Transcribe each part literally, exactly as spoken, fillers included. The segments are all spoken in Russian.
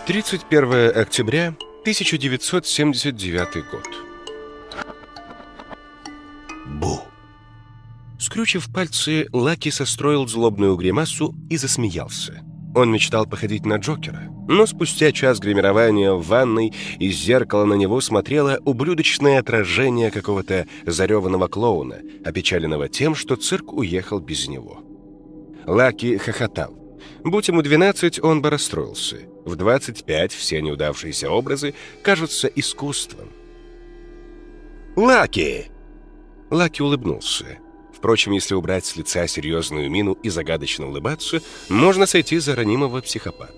тридцать первое октября тысяча девятьсот семьдесят девятый год. Бу! Скрючив пальцы, Лаки состроил злобную гримасу и засмеялся. Он мечтал походить на Джокера, но спустя час гримирования в ванной из зеркала на него смотрело ублюдочное отражение какого-то зареванного клоуна, опечаленного тем, что цирк уехал без него. Лаки хохотал. Будь ему двенадцать, он бы расстроился. В двадцать пять все неудавшиеся образы кажутся искусством. «Лаки!» Лаки улыбнулся. Впрочем, если убрать с лица серьезную мину и загадочно улыбаться, можно сойти за ранимого психопата.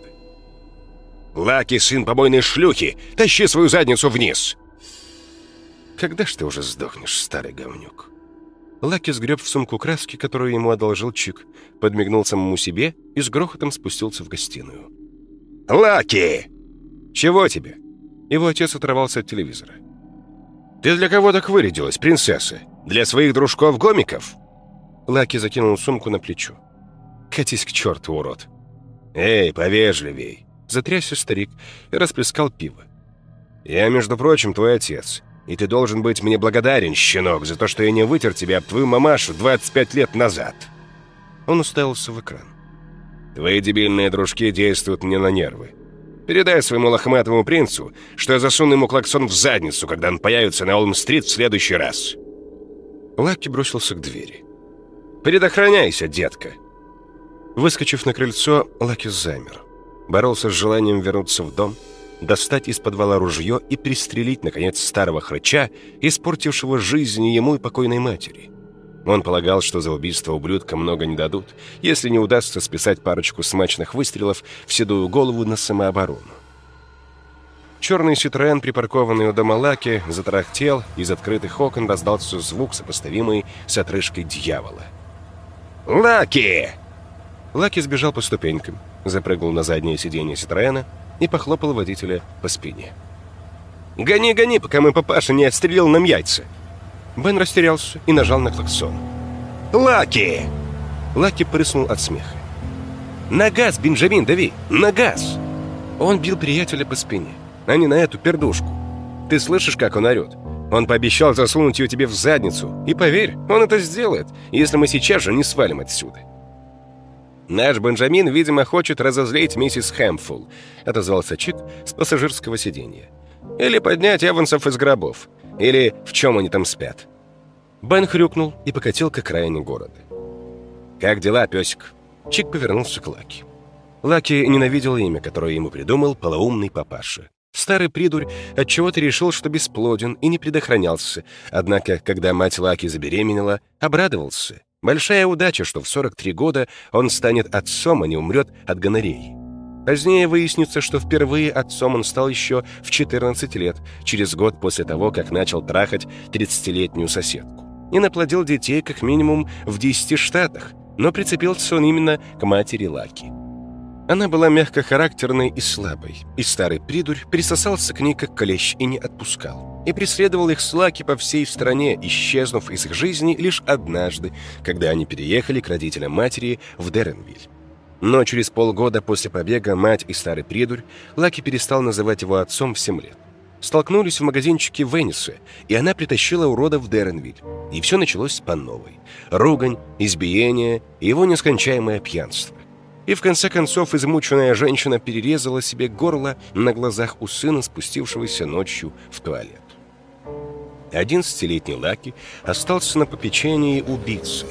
«Лаки, сын побойной шлюхи! Тащи свою задницу вниз!» «Когда ж ты уже сдохнешь, старый говнюк?» Лаки сгреб в сумку краски, которую ему одолжил Чик, подмигнул самому себе и с грохотом спустился в гостиную. «Лаки!» «Чего тебе?» Его отец оторвался от телевизора. «Ты для кого так вырядилась, принцесса? Для своих дружков-гомиков?» Лаки закинул сумку на плечо. «Катись к черту, урод!» «Эй, повежливей!» Затрясся старик и расплескал пиво. «Я, между прочим, твой отец, и ты должен быть мне благодарен, щенок, за то, что я не вытер тебя об твою мамашу двадцать пять лет назад!» Он уставился в экран. «Твои дебильные дружки действуют мне на нервы. Передай своему лохматому принцу, что я засуну ему клаксон в задницу, когда он появится на Олм-стрит в следующий раз!» Лаки бросился к двери. «Предохраняйся, детка!» Выскочив на крыльцо, Лаки замер. Боролся с желанием вернуться в дом, достать из подвала ружье и пристрелить, наконец, старого хрыча, испортившего жизнь ему и покойной матери. Он полагал, что за убийство ублюдка много не дадут, если не удастся списать парочку смачных выстрелов в седую голову на самооборону. Черный Ситроэн, припаркованный у дома Лаки, затарахтел, из открытых окон раздался звук, сопоставимый с отрыжкой дьявола. «Лаки!» Лаки сбежал по ступенькам, запрыгнул на заднее сиденье Ситроэна и похлопал водителя по спине. «Гони, гони, пока мой папаша не отстрелил нам яйца!» Бен растерялся и нажал на клаксон. «Лаки!» Лаки прыснул от смеха. «На газ, Бенджамин, дави! На газ!» Он бил приятеля по спине, а не на эту пердушку. Ты слышишь, как он орет? Он пообещал засунуть ее тебе в задницу. И поверь, он это сделает, если мы сейчас же не свалим отсюда. «Наш Бенджамин, видимо, хочет разозлить миссис Хэмфул», — отозвался Чик с пассажирского сиденья. «Или поднять Эвансов из гробов. Или в чем они там спят». Бен хрюкнул и покатил к окраине города. «Как дела, песик?» Чик повернулся к Лаки. Лаки ненавидел имя, которое ему придумал полоумный папаша. Старый придурь отчего-то решил, что бесплоден и не предохранялся, однако, когда мать Лаки забеременела, обрадовался. Большая удача, что в сорок три года он станет отцом, а не умрет от гонореи. Позднее выяснится, что впервые отцом он стал еще в четырнадцать лет, через год после того, как начал трахать тридцатилетнюю соседку. И наплодил детей как минимум в десяти штатах, но прицепился он именно к матери Лаки. Она была мягкохарактерной и слабой, и старый придурь присосался к ней как клещ и не отпускал. И преследовал их с Лаки по всей стране, исчезнув из их жизни лишь однажды, когда они переехали к родителям матери в Деренвиль. Но через полгода после побега мать и старый придурь Лаки перестал называть его отцом в семь лет. Столкнулись в магазинчике в Веннисе, и она притащила урода в Деренвиль. И все началось по новой. Ругань, избиение и его нескончаемое пьянство. И в конце концов измученная женщина перерезала себе горло на глазах у сына, спустившегося ночью в туалет. Одиннадцатилетний Лаки остался на попечении убийцы.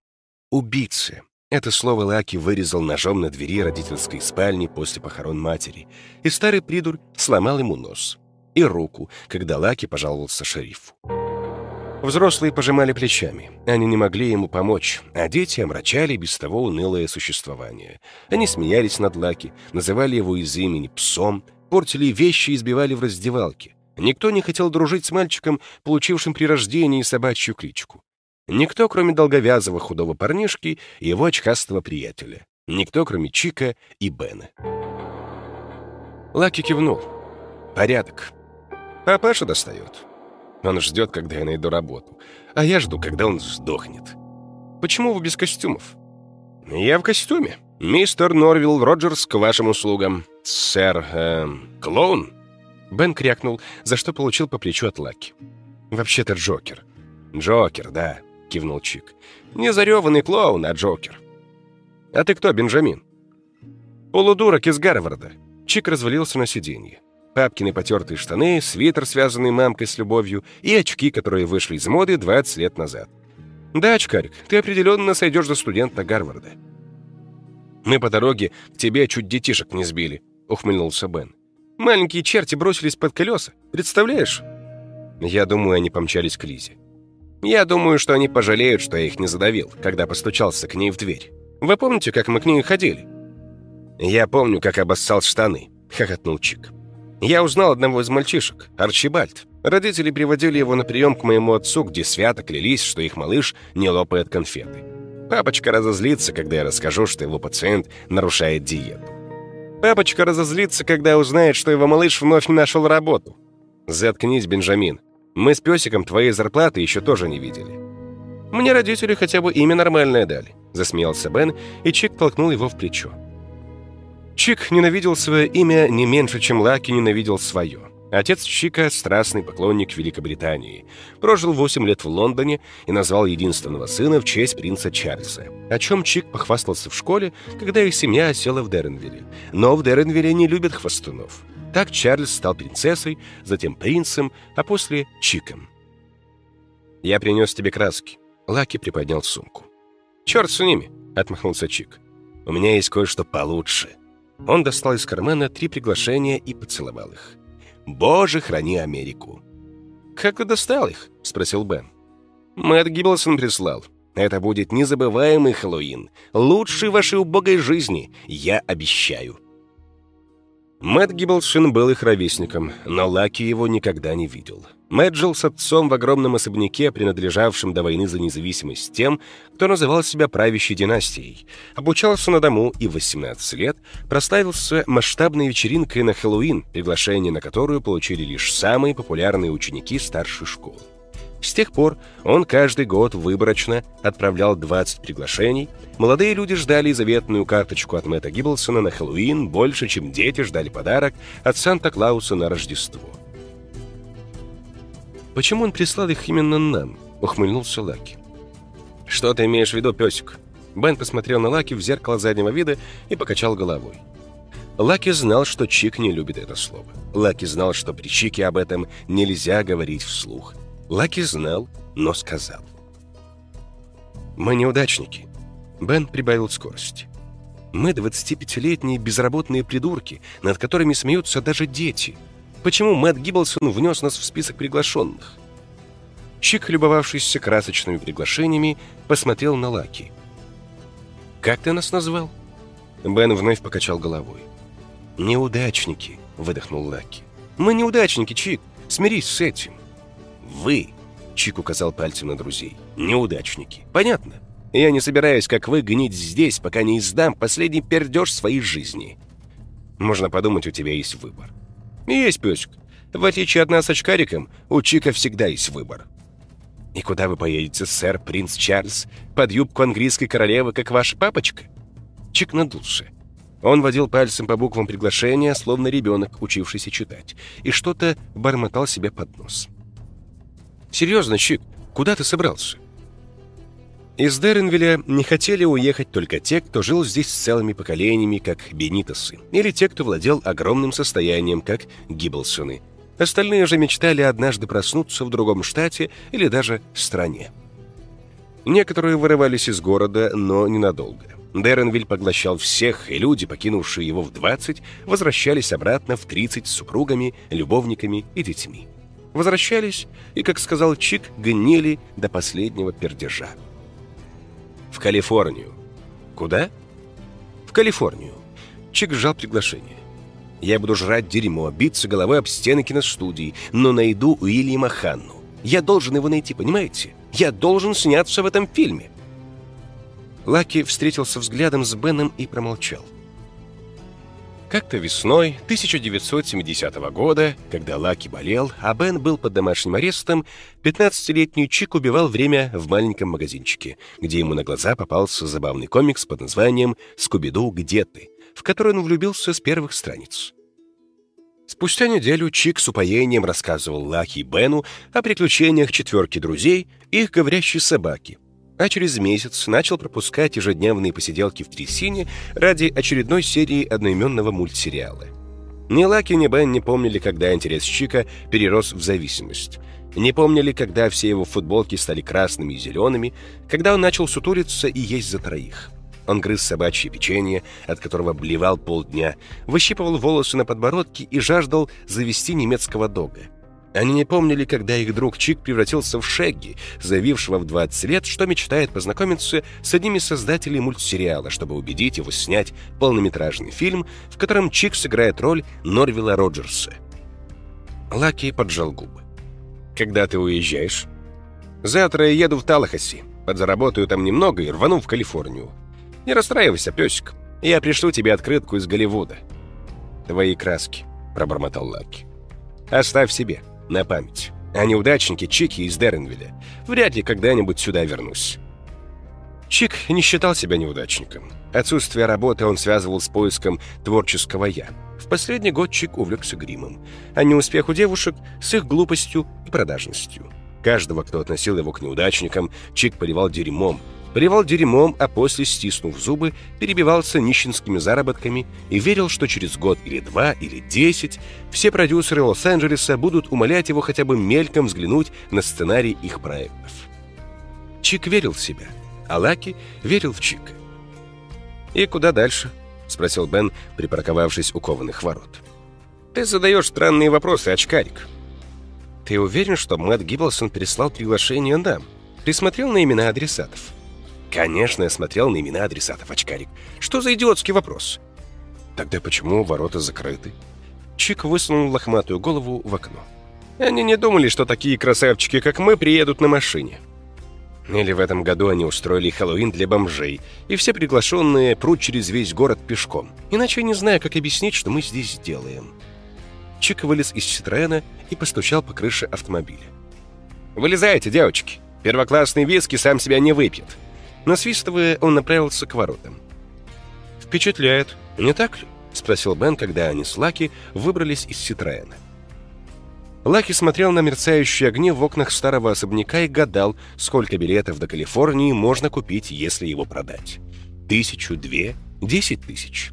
Убийцы. Это слово Лаки вырезал ножом на двери родительской спальни после похорон матери, и старый придурь сломал ему нос и руку, когда Лаки пожаловался шерифу. Взрослые пожимали плечами, они не могли ему помочь, а дети омрачали без того унылое существование. Они смеялись над Лаки, называли его из имени псом, портили вещи и избивали в раздевалке. Никто не хотел дружить с мальчиком, получившим при рождении собачью кличку. Никто, кроме долговязого худого парнишки и его очкастого приятеля. Никто, кроме Чика и Бена. Лаки кивнул. «Порядок. Папаша достает. Он ждет, когда я найду работу, а я жду, когда он сдохнет. Почему вы без костюмов?» «Я в костюме. Мистер Норвилл Роджерс к вашим услугам». «Сэр, эм, клоун?» Бен крякнул, за что получил по плечу от Лаки. «Вообще-то Джокер». «Джокер, да», — кивнул Чик. «Не зареванный клоун, а Джокер». «А ты кто, Бенджамин?» «Полудурок из Гарварда». Чик развалился на сиденье. Папкины потертые штаны, свитер, связанный мамкой с любовью, и очки, которые вышли из моды двадцать лет назад. «Да, очкарик, ты определенно сойдешь за студента Гарварда». «Мы по дороге к тебе чуть детишек не сбили», — ухмыльнулся Бен. «Маленькие черти бросились под колеса, представляешь?» «Я думаю, они помчались к Лизе». «Я думаю, что они пожалеют, что я их не задавил, когда постучался к ней в дверь. Вы помните, как мы к ней ходили?» «Я помню, как обоссал штаны», — хохотнул Чик. «Я узнал одного из мальчишек, Арчибальд. Родители приводили его на прием к моему отцу, где свято клялись, что их малыш не лопает конфеты. Папочка разозлится, когда я расскажу, что его пациент нарушает диету. Папочка разозлится, когда узнает, что его малыш вновь не нашел работу. Заткнись, Бенджамин. Мы с песиком твоей зарплаты еще тоже не видели». «Мне родители хотя бы имя нормальное дали», — засмеялся Бен, и Чик толкнул его в плечо. Чик ненавидел свое имя не меньше, чем Лаки ненавидел свое. Отец Чика — страстный поклонник Великобритании. Прожил восемь лет в Лондоне и назвал единственного сына в честь принца Чарльза, о чем Чик похвастался в школе, когда их семья осела в Дерренвилле. Но в Дерренвилле не любят хвастунов. Так Чарльз стал принцессой, затем принцем, а после — Чиком. «Я принес тебе краски». Лаки приподнял сумку. «Черт с ними!» — отмахнулся Чик. «У меня есть кое-что получше». Он достал из кармана три приглашения и поцеловал их. «Боже, храни Америку!» «Как ты достал их?» — спросил Бен. «Мэтт Гиббелсон прислал. Это будет незабываемый Хэллоуин. Лучший в вашей убогой жизни, я обещаю». Мэтт Гиббелсон был их ровесником, но Лаки его никогда не видел. Мэтт жил с отцом в огромном особняке, принадлежавшем до войны за независимость тем, кто называл себя правящей династией, обучался на дому и в восемнадцать лет прославился масштабной вечеринкой на Хэллоуин, приглашение на которую получили лишь самые популярные ученики старшей школы. С тех пор он каждый год выборочно отправлял двадцать приглашений. Молодые люди ждали заветную карточку от Мэтта Гиббелсона на Хэллоуин больше, чем дети ждали подарок от Санта-Клауса на Рождество. «Почему он прислал их именно нам?» — ухмыльнулся Лаки. «Что ты имеешь в виду, песик?» Бен посмотрел на Лаки в зеркало заднего вида и покачал головой. Лаки знал, что Чик не любит это слово. Лаки знал, что при Чике об этом нельзя говорить вслух. Лаки знал, но сказал. «Мы неудачники». Бен прибавил скорость. «Мы двадцатипятилетние безработные придурки, над которыми смеются даже дети. Почему Мэтт Гиббелсон внес нас в список приглашенных?» Чик, любовавшийся красочными приглашениями, посмотрел на Лаки. «Как ты нас назвал?» Бен вновь покачал головой. «Неудачники», — выдохнул Лаки. «Мы неудачники, Чик. Смирись с этим». «Вы», — Чик указал пальцем на друзей, — «неудачники. Понятно? Я не собираюсь, как вы, гнить здесь, пока не издам последний пердеж своей жизни. Можно подумать, у тебя есть выбор». «Есть, песик. В отличие от нас с очкариком, у Чика всегда есть выбор». «И куда вы поедете, сэр, принц Чарльз? Под юбку английской королевы, как ваша папочка?» Чик надулся. Он водил пальцем по буквам приглашения, словно ребенок, учившийся читать, и что-то бормотал себе под нос. «Серьезно, Чик, куда ты собрался?» Из Дерренвилля не хотели уехать только те, кто жил здесь целыми поколениями, как Бенитосы, или те, кто владел огромным состоянием, как Гиббелсоны. Остальные же мечтали однажды проснуться в другом штате или даже стране. Некоторые вырывались из города, но ненадолго. Дерренвиль поглощал всех, и люди, покинувшие его в двадцать, возвращались обратно в тридцать с супругами, любовниками и детьми. Возвращались и, как сказал Чик, гнили до последнего пердежа. В Калифорнию. Куда? В Калифорнию. Чик сжал приглашение. Я буду жрать дерьмо, биться головой об стены киностудии, но найду Уильяма Ханну. Я должен его найти, понимаете? Я должен сняться в этом фильме. Лаки встретился взглядом с Беном и промолчал. Как-то весной тысяча девятьсот семидесятого года, когда Лаки болел, а Бен был под домашним арестом, пятнадцатилетний Чик убивал время в маленьком магазинчике, где ему на глаза попался забавный комикс под названием «Скуби-Ду, где ты?», в которую он влюбился с первых страниц. Спустя неделю Чик с упоением рассказывал Лаки и Бену о приключениях четверки друзей и их говорящей собаки, а через месяц начал пропускать ежедневные посиделки в трясине ради очередной серии одноименного мультсериала. Ни Лаки, ни Бен не помнили, когда интерес Чика перерос в зависимость. Не помнили, когда все его футболки стали красными и зелеными, когда он начал сутулиться и есть за троих. Он грыз собачье печенье, от которого блевал полдня, выщипывал волосы на подбородке и жаждал завести немецкого дога. Они не помнили, когда их друг Чик превратился в Шегги, заявившего в двадцать лет, что мечтает познакомиться с одним из создателей мультсериала, чтобы убедить его снять полнометражный фильм, в котором Чик сыграет роль Норвилла Роджерса. Лаки поджал губы. «Когда ты уезжаешь?» «Завтра я еду в Таллахасси. Подзаработаю там немного и рвану в Калифорнию. Не расстраивайся, песик. Я пришлю тебе открытку из Голливуда». «Твои краски», — пробормотал Лаки. «Оставь себе, на память. А неудачники Чики из Дерренвилля. Вряд ли когда-нибудь сюда вернусь». Чик не считал себя неудачником. Отсутствие работы он связывал с поиском творческого «я». В последний год Чик увлекся гримом, а неуспех у девушек с их глупостью и продажностью. Каждого, кто относил его к неудачникам, Чик поливал дерьмом. Поливал дерьмом, а после, стиснув зубы, перебивался нищенскими заработками и верил, что через год или два, или десять все продюсеры Лос-Анджелеса будут умолять его хотя бы мельком взглянуть на сценарий их проектов. Чик верил в себя, а Лаки верил в Чика. «И куда дальше?» — спросил Бен, припарковавшись у кованых ворот. «Ты задаешь странные вопросы, очкарик». «Ты уверен, что Мэтт Гиббелсон переслал приглашение нам? Присмотрел на имена адресатов?» «Конечно, я смотрел на имена адресатов, очкарик. Что за идиотский вопрос?» «Тогда почему ворота закрыты?» Чик высунул лохматую голову в окно. «Они не думали, что такие красавчики, как мы, приедут на машине. Или в этом году они устроили Хэллоуин для бомжей, и все приглашенные прут через весь город пешком. Иначе я не знаю, как объяснить, что мы здесь делаем». Чик вылез из Ситроэна и постучал по крыше автомобиля. «Вылезайте, девочки. Первоклассный виски сам себя не выпьет». Насвистывая, он направился к воротам. «Впечатляет, не так ли?» — спросил Бен, когда они с Лаки выбрались из Ситроэна. Лаки смотрел на мерцающие огни в окнах старого особняка и гадал, сколько билетов до Калифорнии можно купить, если его продать. Тысячу, две, десять тысяч.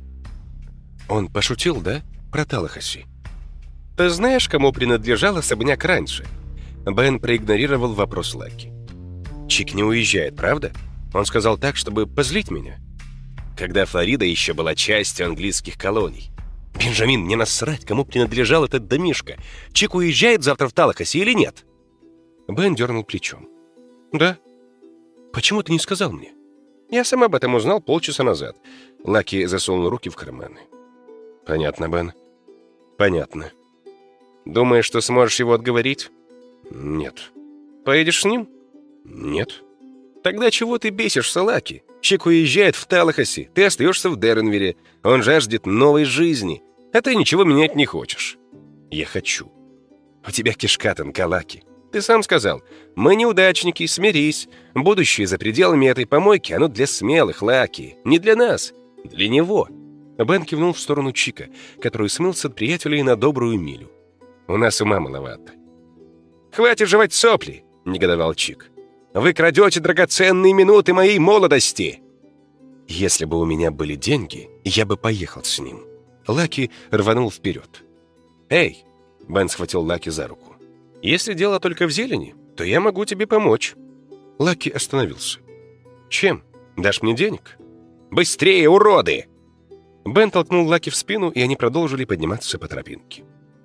Он пошутил, да, про Таллахасси? «Ты знаешь, кому принадлежал особняк раньше?» Бен проигнорировал вопрос Лаки. «Чик не уезжает, правда? Он сказал так, чтобы позлить меня. Когда Флорида еще была частью английских колоний. Бенджамин, мне насрать, кому принадлежал этот домишко. Чик уезжает завтра в Таллахасси или нет?» Бен дернул плечом. «Да». «Почему ты не сказал мне?» «Я сам об этом узнал полчаса назад». Лаки засунул руки в карманы. «Понятно, Бен. Понятно. Думаешь, что сможешь его отговорить?» «Нет». «Поедешь с ним?» «Нет». «Тогда чего ты бесишься, Лаки? Чик уезжает в Таллахасси, ты остаешься в Дерренвилле. Он жаждет новой жизни, а ты ничего менять не хочешь». «Я хочу». «У тебя кишка тонка, Лаки. Ты сам сказал, мы неудачники, смирись. Будущее за пределами этой помойки, оно для смелых, Лаки. Не для нас, для него». Бен кивнул в сторону Чика, который смылся от приятелей на добрую милю. «У нас ума маловато». «Хватит жевать сопли!» — негодовал Чик. «Вы крадете драгоценные минуты моей молодости!» «Если бы у меня были деньги, я бы поехал с ним». Лаки рванул вперед. «Эй!» — Бен схватил Лаки за руку. «Если дело только в зелени, то я могу тебе помочь». Лаки остановился. «Чем? Дашь мне денег?» «Быстрее, уроды!» Бен толкнул Лаки в спину, и они продолжили подниматься по тропинке.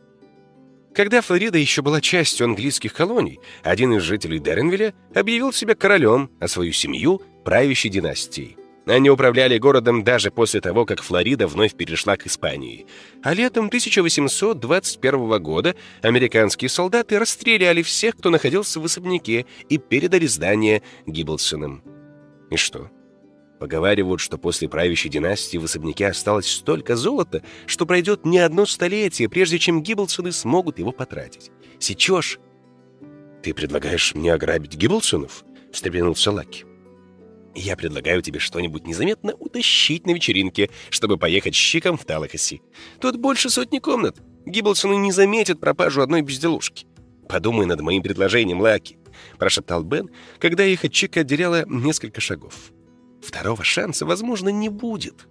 Когда Флорида еще была частью английских колоний, один из жителей Дерренвилля объявил себя королем, а свою семью – правящей династией. Они управляли городом даже после того, как Флорида вновь перешла к Испании. А летом тысяча восемьсот двадцать первого года американские солдаты расстреляли всех, кто находился в особняке, и передали здание Гиббелсонам. И что? Поговаривают, что после правящей династии в особняке осталось столько золота, что пройдет не одно столетие, прежде чем Гиббелсоны смогут его потратить. Сечешь? «Ты предлагаешь мне ограбить Гиббелсонов?» — встрепенулся Лаки. Я предлагаю тебе что-нибудь незаметно утащить на вечеринке, чтобы поехать с Чиком в Таллахасси. Тут больше сотни комнат. Гибблсоны не заметят пропажу одной безделушки. Подумай над моим предложением, Лаки, прошептал Бен, когда их от Чика отделяло несколько шагов. Второго шанса, возможно, не будет.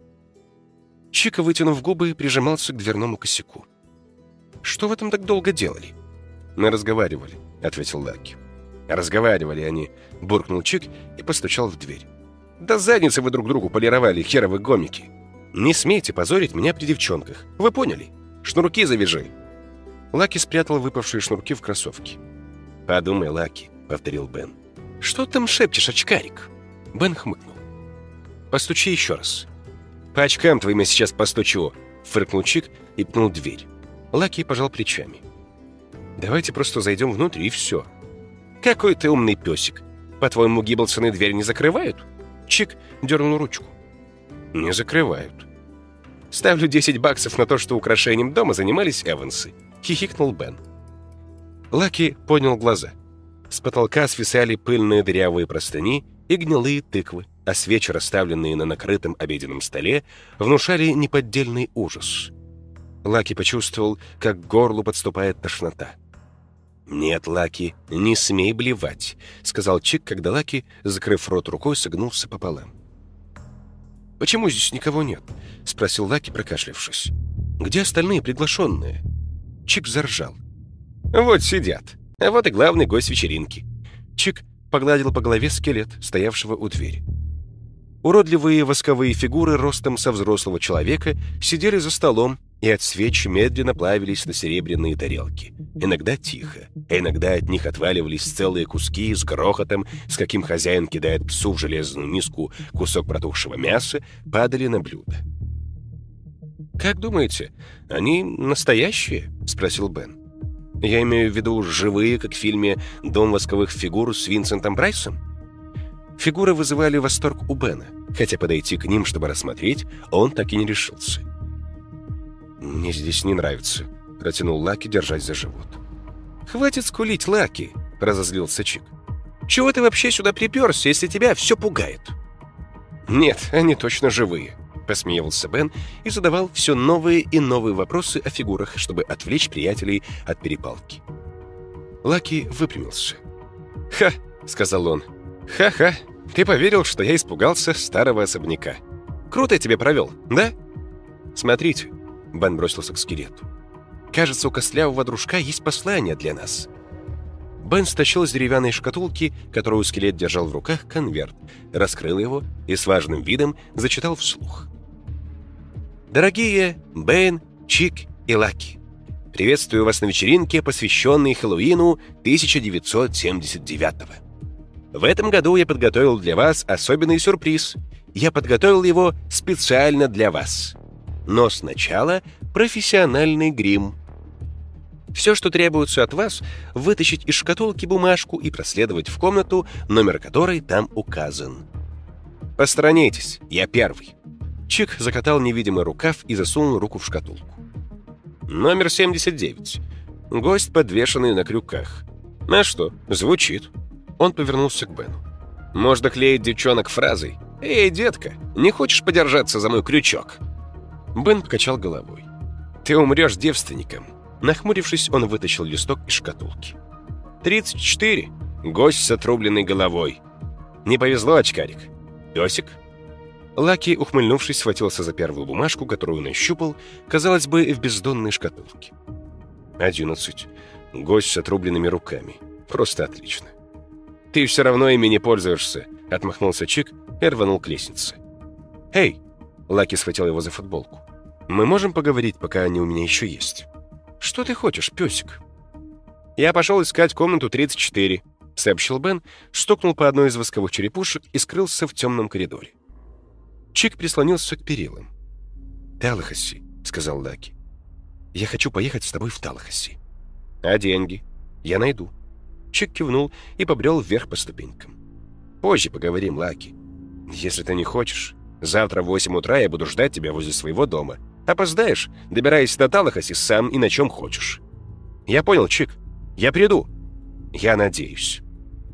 Чика, вытянув губы, прижимался к дверному косяку. «Что вы там так долго делали?» «Мы разговаривали», — ответил Лаки. «Разговаривали они», — буркнул Чик и постучал в дверь. «Да задницы вы друг другу полировали, херовы гомики! Не смейте позорить меня при девчонках, вы поняли? Шнурки завяжи!» Лаки спрятал выпавшие шнурки в кроссовки. «Подумай, Лаки», — повторил Бен. «Что там шепчешь, очкарик?» Бен хмыкнул. «Постучи еще раз». «По очкам твоим я сейчас постучу», — фыркнул Чик и пнул дверь. Лаки пожал плечами. «Давайте просто зайдем внутрь, и все». «Какой ты умный песик. По-твоему, Гибблсоны дверь не закрывают?» Чик дернул ручку. «Не закрывают». «Ставлю десять баксов на то, что украшением дома занимались Эвансы», — хихикнул Бен. Лаки поднял глаза. С потолка свисали пыльные дырявые простыни и гнилые тыквы, а свечи, расставленные на накрытом обеденном столе, внушали неподдельный ужас. Лаки почувствовал, как к горлу подступает тошнота. «Нет, Лаки, не смей блевать», — сказал Чик, когда Лаки, закрыв рот рукой, согнулся пополам. «Почему здесь никого нет?» — спросил Лаки, прокашлявшись. «Где остальные приглашенные?» Чик заржал. «Вот сидят. А вот и главный гость вечеринки». Чик погладил по голове скелет, стоявшего у двери. Уродливые восковые фигуры ростом со взрослого человека сидели за столом, и от свеч медленно плавились на серебряные тарелки. Иногда тихо, а иногда от них отваливались целые куски с грохотом, с каким хозяин кидает псу в железную миску кусок протухшего мяса, падали на блюдо. «Как думаете, они настоящие?» — спросил Бен. «Я имею в виду живые, как в фильме «Дом восковых фигур» с Винсентом Прайсом?» Фигуры вызывали восторг у Бена, хотя подойти к ним, чтобы рассмотреть, он так и не решился. «Мне здесь не нравится», — протянул Лаки, держась за живот. «Хватит скулить, Лаки», — разозлился Чик. «Чего ты вообще сюда приперся, если тебя все пугает?» «Нет, они точно живые», — посмеивался Бен и задавал все новые и новые вопросы о фигурах, чтобы отвлечь приятелей от перепалки. Лаки выпрямился. «Ха», — сказал он, — «ха-ха, ты поверил, что я испугался старого особняка. Круто я тебя провел, да?» «Смотрите», — Бен бросился к скелету. «Кажется, у костлявого дружка есть послание для нас». Бен стащил из деревянной шкатулки, которую скелет держал в руках, конверт, раскрыл его и с важным видом зачитал вслух. «Дорогие Бен, Чик и Лаки, приветствую вас на вечеринке, посвященной Хэллоуину тысяча девятьсот семьдесят девятого. В этом году я подготовил для вас особенный сюрприз. Я подготовил его специально для вас. Но сначала профессиональный грим. Все, что требуется от вас, вытащить из шкатулки бумажку и проследовать в комнату, номер которой там указан. Посторонитесь, я первый». Чик закатал невидимый рукав и засунул руку в шкатулку. «Номер семьдесят девять. Гость, подвешенный на крюках. А что, звучит?» Он повернулся к Бену. «Можно клеить девчонок фразой: «Эй, детка, не хочешь подержаться за мой крючок?» Бен покачал головой. «Ты умрешь девственником». Нахмурившись, он вытащил листок из шкатулки. «тридцать четыре. Гость с отрубленной головой. Не повезло, очкарик. Песик?» Лаки, ухмыльнувшись, схватился за первую бумажку, которую нащупал, казалось бы, в бездонной шкатулке. «одиннадцать. Гость с отрубленными руками. Просто отлично». «Ты все равно ими не пользуешься», — отмахнулся Чик и рванул к лестнице. «Эй!» — Лаки схватил его за футболку. «Мы можем поговорить, пока они у меня еще есть?» «Что ты хочешь, песик?» «Я пошел искать комнату тридцать четыре», — сообщил Бен, стукнул по одной из восковых черепушек и скрылся в темном коридоре. Чик прислонился к перилам. «Таллахасси», — сказал Лаки. «Я хочу поехать с тобой в Таллахасси». «А деньги?» «Я найду». Чик кивнул и побрел вверх по ступенькам. «Позже поговорим, Лаки. Если ты не хочешь, завтра в восемь утра я буду ждать тебя возле своего дома. Опоздаешь, добирайся до Таллахасси сам и на чем хочешь». «Я понял, Чик. Я приду». «Я надеюсь».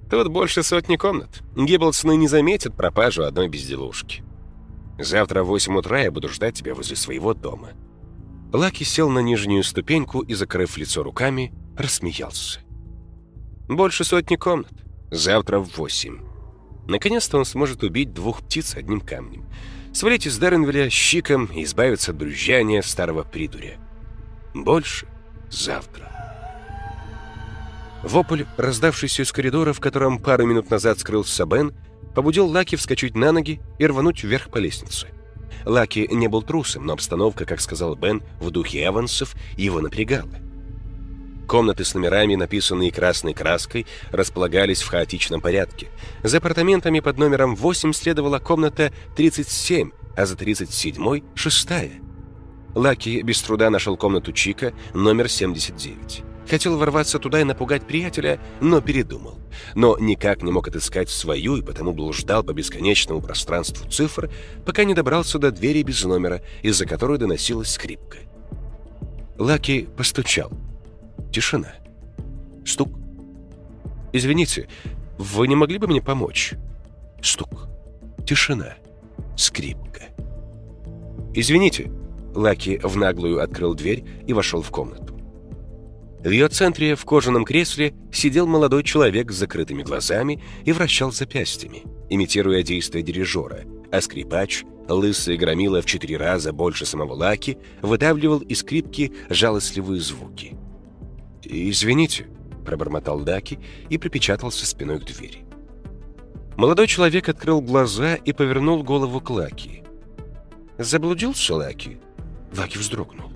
Тут больше сотни комнат. Гибблсоны не заметят пропажу одной безделушки. Завтра в восемь утра я буду ждать тебя возле своего дома». Лаки сел на нижнюю ступеньку и, закрыв лицо руками, рассмеялся. Больше сотни комнат. Завтра в восемь. Наконец-то он сможет убить двух птиц одним камнем. Свалить из Дарренвилля щиком и избавиться от брюзжания старого придуря. Больше завтра. Вопль, раздавшийся из коридора, в котором пару минут назад скрылся Бен, побудил Лаки вскочить на ноги и рвануть вверх по лестнице. Лаки не был трусом, но обстановка, как сказал Бен, в духе Эвансов, его напрягала. Комнаты с номерами, написанные красной краской, располагались в хаотичном порядке. За апартаментами под номером восемь следовала комната тридцать семь, а за тридцать седьмой — шестая. Лаки без труда нашел комнату Чика, номер семьдесят девять. Хотел ворваться туда и напугать приятеля, но передумал. Но никак не мог отыскать свою, и потому блуждал по бесконечному пространству цифр, пока не добрался до двери без номера, из-за которой доносилась скрипка. Лаки постучал. Тишина. Стук. «Извините, вы не могли бы мне помочь?» Стук. Тишина. Скрипка. «Извините». Лаки в наглую открыл дверь и вошел в комнату. В ее центре в кожаном кресле сидел молодой человек с закрытыми глазами и вращал запястьями, имитируя действия дирижера, а скрипач, лысый громила в четыре раза больше самого Лаки, выдавливал из скрипки жалостливые звуки. «Извините», — пробормотал Лаки и припечатался спиной к двери. Молодой человек открыл глаза и повернул голову к Лаки. «Заблудился, Лаки?» Лаки вздрогнул.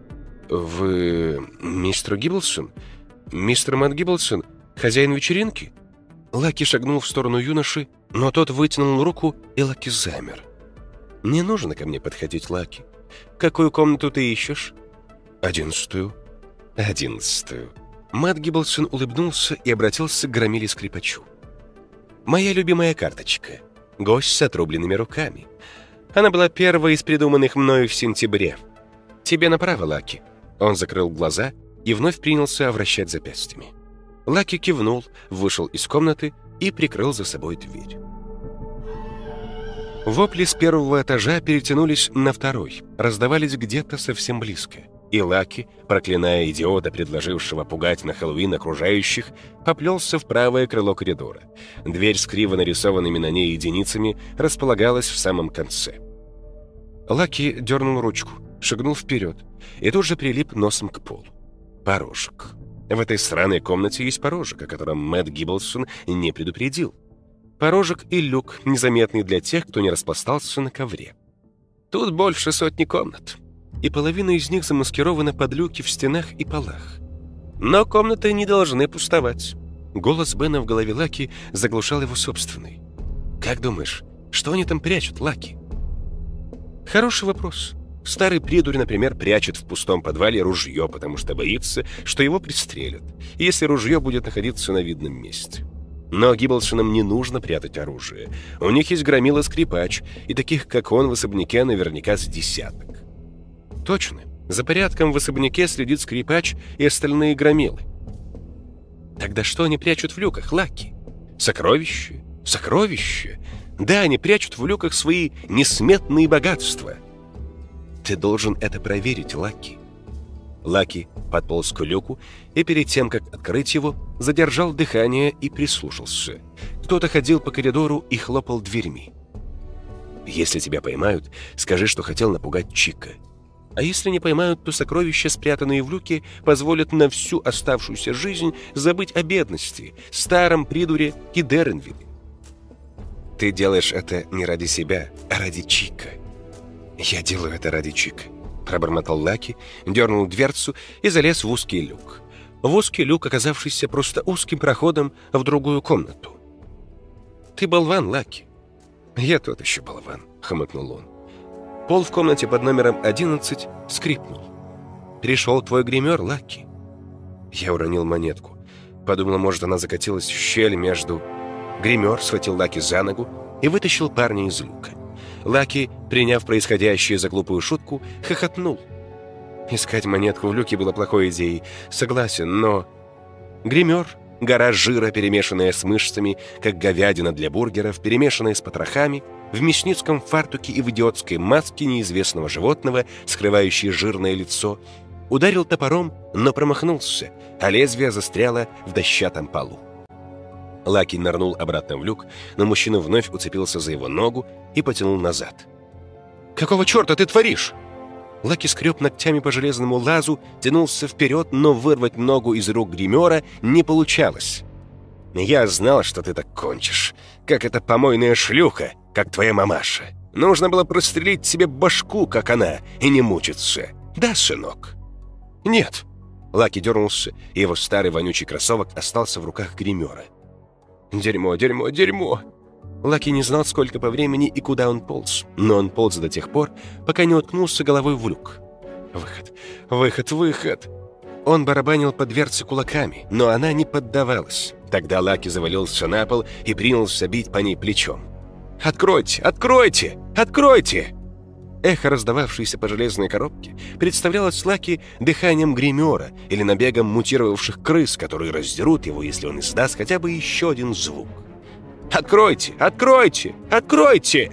«Вы мистер Гибблсон? Мистер Мэтт Гибблсон? Хозяин вечеринки?» Лаки шагнул в сторону юноши, но тот вытянул руку, и Лаки замер. «Не нужно ко мне подходить, Лаки. Какую комнату ты ищешь?» «Одиннадцатую». «Одиннадцатую». Мэтт Гибблсон улыбнулся и обратился к громиле скрипачу. «Моя любимая карточка. Гость с отрубленными руками. Она была первой из придуманных мною в сентябре. Тебе направо, Лаки». Он закрыл глаза и вновь принялся вращать запястьями. Лаки кивнул, вышел из комнаты и прикрыл за собой дверь. Вопли с первого этажа перетянулись на второй, раздавались где-то совсем близко. И Лаки, проклиная идиота, предложившего пугать на Хэллоуин окружающих, поплелся в правое крыло коридора. Дверь с криво нарисованными на ней единицами располагалась в самом конце. Лаки дернул ручку, шагнул вперед и тут же прилип носом к полу. Порожек. В этой сраной комнате есть порожек, о котором Мэтт Гибблсон не предупредил. Порожек и люк, незаметный для тех, кто не распластался на ковре. Тут больше сотни комнат, и половина из них замаскирована под люки в стенах и полах. Но комнаты не должны пустовать. Голос Бена в голове Лаки заглушал его собственный. «Как думаешь, что они там прячут, Лаки?» «Хороший вопрос. Старый придурь, например, прячет в пустом подвале ружье, потому что боится, что его пристрелят, если ружье будет находиться на видном месте. Но Гибблсонам не нужно прятать оружие. У них есть громила-скрипач, и таких, как он, в особняке наверняка с десяток. Точно. За порядком в особняке следит скрипач и остальные громилы. Тогда что они прячут в люках, Лаки? Сокровища? Сокровища? Да, они прячут в люках свои несметные богатства. Ты должен это проверить, Лаки. Лаки подполз к люку и перед тем, как открыть его, задержал дыхание и прислушался. Кто-то ходил по коридору и хлопал дверьми. Если тебя поймают, скажи, что хотел напугать Чика. А если не поймают, то сокровища, спрятанные в люке, позволят на всю оставшуюся жизнь забыть о бедности, старом придуре и Дарренвилле. Ты делаешь это не ради себя, а ради Чика. Я делаю это ради Чика. Пробормотал Лаки, дернул дверцу и залез в узкий люк. В узкий люк, оказавшийся просто узким проходом в другую комнату. «Ты болван, Лаки». «Я тот еще болван», — хмыкнул он. Пол в комнате под номером одиннадцать скрипнул. «Пришел твой гример, Лаки». Я уронил монетку. Подумал, может, она закатилась в щель между... Гример схватил Лаки за ногу и вытащил парня из люка. Лаки, приняв происходящее за глупую шутку, хохотнул. Искать монетку в люке было плохой идеей, согласен, но... Гример Гора жира, перемешанная с мышцами, как говядина для бургеров, перемешанная с потрохами, в мясницком фартуке и в идиотской маске неизвестного животного, скрывающей жирное лицо, ударил топором, но промахнулся, а лезвие застряло в дощатом полу. Лаки нырнул обратно в люк, но мужчина вновь уцепился за его ногу и потянул назад. «Какого черта ты творишь?» Лаки скреб ногтями по железному лазу, тянулся вперед, но вырвать ногу из рук гримера не получалось. «Я знал, что ты так кончишь, как эта помойная шлюха, как твоя мамаша. Нужно было прострелить себе башку, как она, и не мучиться. Да, сынок?» «Нет». Лаки дернулся, и его старый вонючий кроссовок остался в руках гримера. «Дерьмо, дерьмо, дерьмо!» Лаки не знал, сколько по времени и куда он полз, но он полз до тех пор, пока не уткнулся головой в люк. «Выход, выход, выход!» Он барабанил по дверце кулаками, но она не поддавалась. Тогда Лаки завалился на пол и принялся бить по ней плечом. «Откройте! Откройте! Откройте!» Эхо, раздававшееся по железной коробке, представлялось Лаки дыханием гримера или набегом мутировавших крыс, которые раздерут его, если он издаст хотя бы еще один звук. «Откройте! Откройте! Откройте!»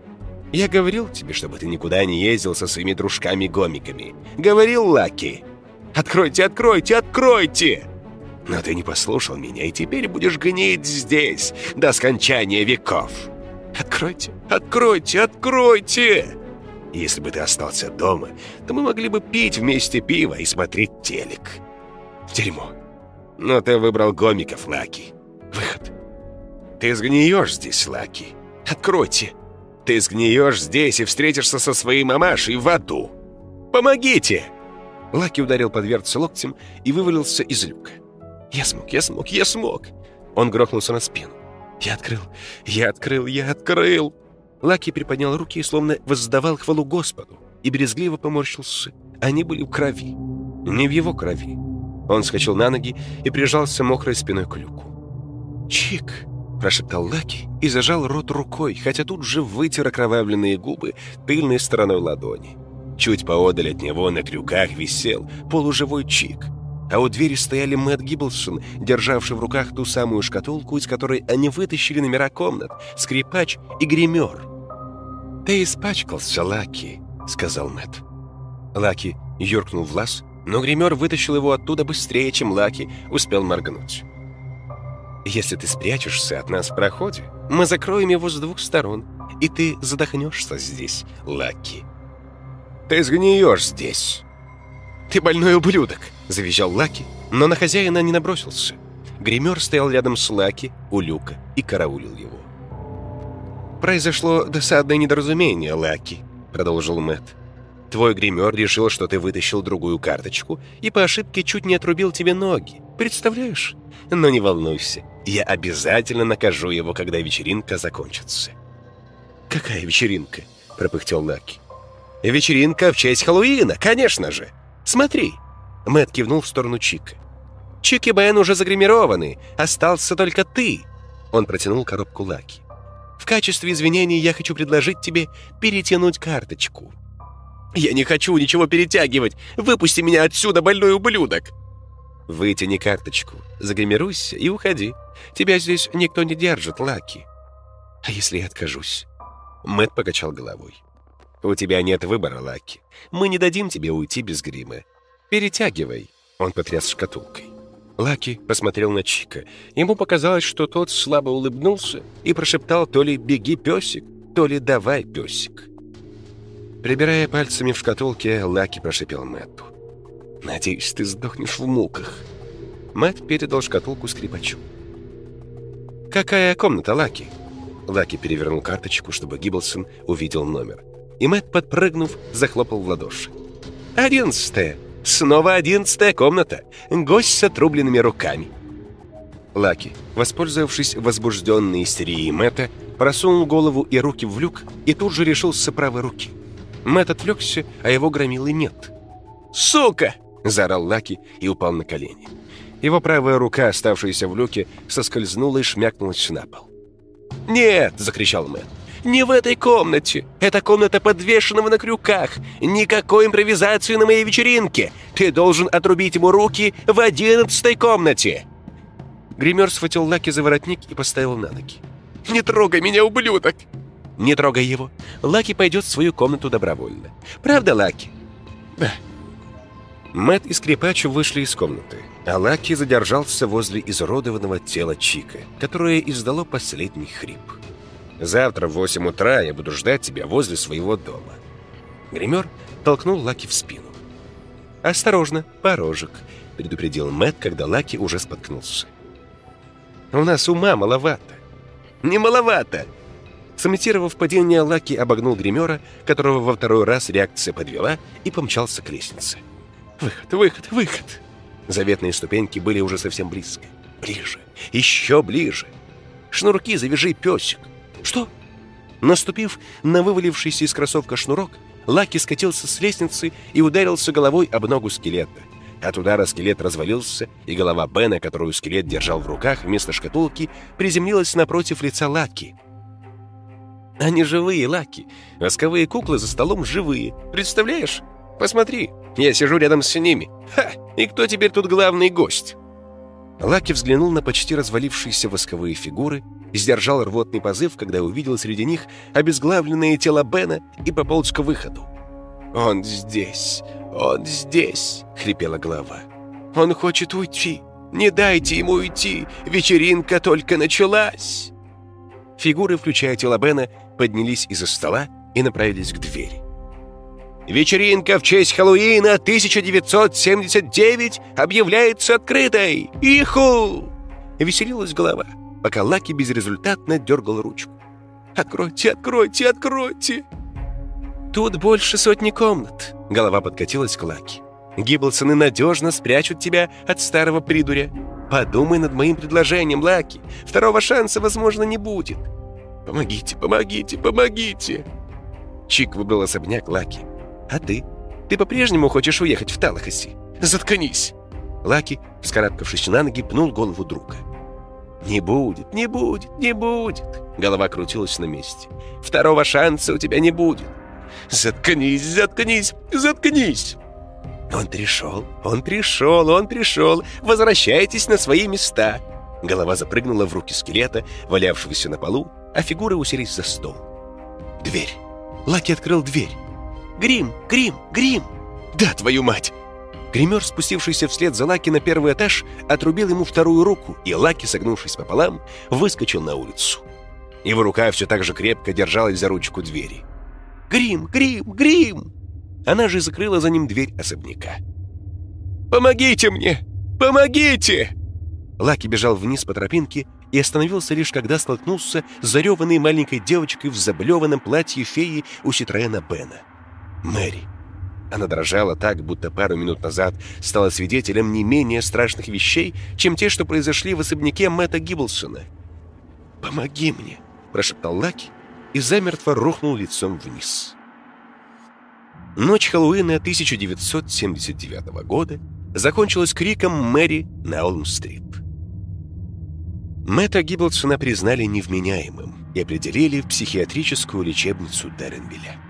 «Я говорил тебе, чтобы ты никуда не ездил со своими дружками-гомиками. Говорил, Лаки! Откройте! Откройте! Откройте!» «Но ты не послушал меня, и теперь будешь гнить здесь до скончания веков. Откройте! Откройте! Откройте!» «Если бы ты остался дома, то мы могли бы пить вместе пиво и смотреть телек. Дерьмо. Но ты выбрал гомиков, Лаки. Выход. Ты сгниешь здесь, Лаки. Откройте. Ты сгниешь здесь и встретишься со своей мамашей в аду. Помогите!» Лаки ударил по дверце локтем и вывалился из люка. «Я смог, я смог, я смог!» Он грохнулся на спину. «Я открыл, я открыл, я открыл!» Лаки приподнял руки и словно воздавал хвалу Господу, и брезгливо поморщился. Они были в крови. Не в его крови. Он вскочил на ноги и прижался мокрой спиной к люку. «Чик!» – прошептал Лаки и зажал рот рукой, хотя тут же вытер окровавленные губы тыльной стороной ладони. Чуть поодаль от него на крюках висел полуживой Чик, а у двери стояли Мэтт Гибблсон, державший в руках ту самую шкатулку, из которой они вытащили номера комнат, скрипач и гример. «Ты испачкался, Лаки», — сказал Мэтт. Лаки юркнул в лаз, но гример вытащил его оттуда быстрее, чем Лаки успел моргнуть. «Если ты спрячешься от нас в проходе, мы закроем его с двух сторон, и ты задохнешься здесь, Лаки. Ты сгниешь здесь». «Ты больной ублюдок!» — завизжал Лаки, но на хозяина не набросился. Гример стоял рядом с Лаки у люка и караулил его. «Произошло досадное недоразумение, Лаки», — продолжил Мэтт. «Твой гример решил, что ты вытащил другую карточку и по ошибке чуть не отрубил тебе ноги. Представляешь? Но не волнуйся, я обязательно накажу его, когда вечеринка закончится». «Какая вечеринка?» — пропыхтел Лаки. «Вечеринка в честь Хэллоуина, конечно же! Смотри!» Мэтт кивнул в сторону Чика. «Чик и Бен уже загримированы, остался только ты!» Он протянул коробку Лаки. «В качестве извинений я хочу предложить тебе перетянуть карточку». «Я не хочу ничего перетягивать! Выпусти меня отсюда, больной ублюдок!» «Вытяни карточку, загримируйся и уходи. Тебя здесь никто не держит, Лаки». «А если я откажусь?» Мэтт покачал головой. «У тебя нет выбора, Лаки. Мы не дадим тебе уйти без грима. Перетягивай!» Он потряс шкатулкой. Лаки посмотрел на Чика. Ему показалось, что тот слабо улыбнулся и прошептал то ли «беги, песик», то ли «давай, песик». Прибирая пальцами в шкатулке, Лаки прошипел Мэтту. «Надеюсь, ты сдохнешь в муках». Мэтт передал шкатулку скрипачу. «Какая комната, Лаки?» Лаки перевернул карточку, чтобы Гибблсон увидел номер. И Мэтт, подпрыгнув, захлопал в ладоши. «Одиннадцатая! Снова одиннадцатая комната! Гость с отрубленными руками!» Лаки, воспользовавшись возбужденной истерией Мэтта, просунул голову и руки в люк и тут же решился правой руки. Мэтт отвлекся, а его громилы нет. «Сука!» — заорал Лаки и упал на колени. Его правая рука, оставшаяся в люке, соскользнула и шмякнулась на пол. «Нет!» — закричал Мэтт. «Не в этой комнате! Эта комната подвешенного на крюках! Никакой импровизации на моей вечеринке! Ты должен отрубить ему руки в одиннадцатой комнате!» Гример схватил Лаки за воротник и поставил на ноги. «Не трогай меня, ублюдок!» «Не трогай его. Лаки пойдет в свою комнату добровольно. Правда, Лаки?» «Да». Мэтт и скрипач вышли из комнаты, а Лаки задержался возле изуродованного тела Чика, которое издало последний хрип. «Завтра в восемь утра я буду ждать тебя возле своего дома». Гример толкнул Лаки в спину. «Осторожно, порожек», — предупредил Мэтт, когда Лаки уже споткнулся. «У нас ума маловато». «Не маловато!» Сымитировав падение, Лаки обогнул гримера, которого во второй раз реакция подвела, и помчался к лестнице. «Выход, выход, выход!» Заветные ступеньки были уже совсем близко. Ближе, еще ближе. «Шнурки завяжи, песик!» «Что?» Наступив на вывалившийся из кроссовка шнурок, Лаки скатился с лестницы и ударился головой об ногу скелета. От удара скелет развалился, и голова Бена, которую скелет держал в руках вместо шкатулки, приземлилась напротив лица Лаки. «Они живые, Лаки. Восковые куклы за столом живые. Представляешь? Посмотри, я сижу рядом с ними. Ха! И кто теперь тут главный гость?» Лаки взглянул на почти развалившиеся восковые фигуры, сдержал рвотный позыв, когда увидел среди них обезглавленное тело Бена, и пополз к выходу. «Он здесь! Он здесь!» — хрипела голова. «Он хочет уйти! Не дайте ему уйти! Вечеринка только началась!» Фигуры, включая тело Бена, поднялись из-за стола и направились к двери. «Вечеринка в честь Хэллоуина тысяча девятьсот семьдесят девять объявляется открытой! Иху!» Веселилась голова, пока Лаки безрезультатно дергал ручку. «Откройте, откройте, откройте!» «Тут больше сотни комнат!» Голова подкатилась к Лаки. «Гибблсоны надежно спрячут тебя от старого придуря. Подумай над моим предложением, Лаки. Второго шанса, возможно, не будет. Помогите, помогите, помогите!» Чик выбрал особняк Лаки. «А ты? Ты по-прежнему хочешь уехать в Таллахасси? Заткнись!» Лаки, вскарабкавшись на ноги, пнул голову друга. «Не будет, не будет, не будет!» Голова крутилась на месте. «Второго шанса у тебя не будет!» «Заткнись, заткнись, заткнись!» «Он пришел, он пришел, он пришел! Возвращайтесь на свои места!» Голова запрыгнула в руки скелета, валявшегося на полу, а фигуры уселись за стол. Дверь. Лаки открыл дверь. «Грим! Грим! Грим!» «Да, твою мать!» Гример, спустившийся вслед за Лаки на первый этаж, отрубил ему вторую руку, и Лаки, согнувшись пополам, выскочил на улицу. Его рука все так же крепко держалась за ручку двери. «Грим! Грим! Грим!» Она же закрыла за ним дверь особняка. «Помогите мне! Помогите!» Лаки бежал вниз по тропинке и остановился лишь когда столкнулся с зареванной маленькой девочкой в заблеванном платье феи у Ситроена Бена. Мэри. Она дрожала так, будто пару минут назад стала свидетелем не менее страшных вещей, чем те, что произошли в особняке Мэтта Гибблсона. «Помоги мне!» – прошептал Лаки и замертво рухнул лицом вниз. Ночь Хэллоуина тысяча девятьсот семьдесят девятого года закончилась криком Мэри на Олм-стрит. Мэтта Гибблсона признали невменяемым и определили в психиатрическую лечебницу Дарренвилля.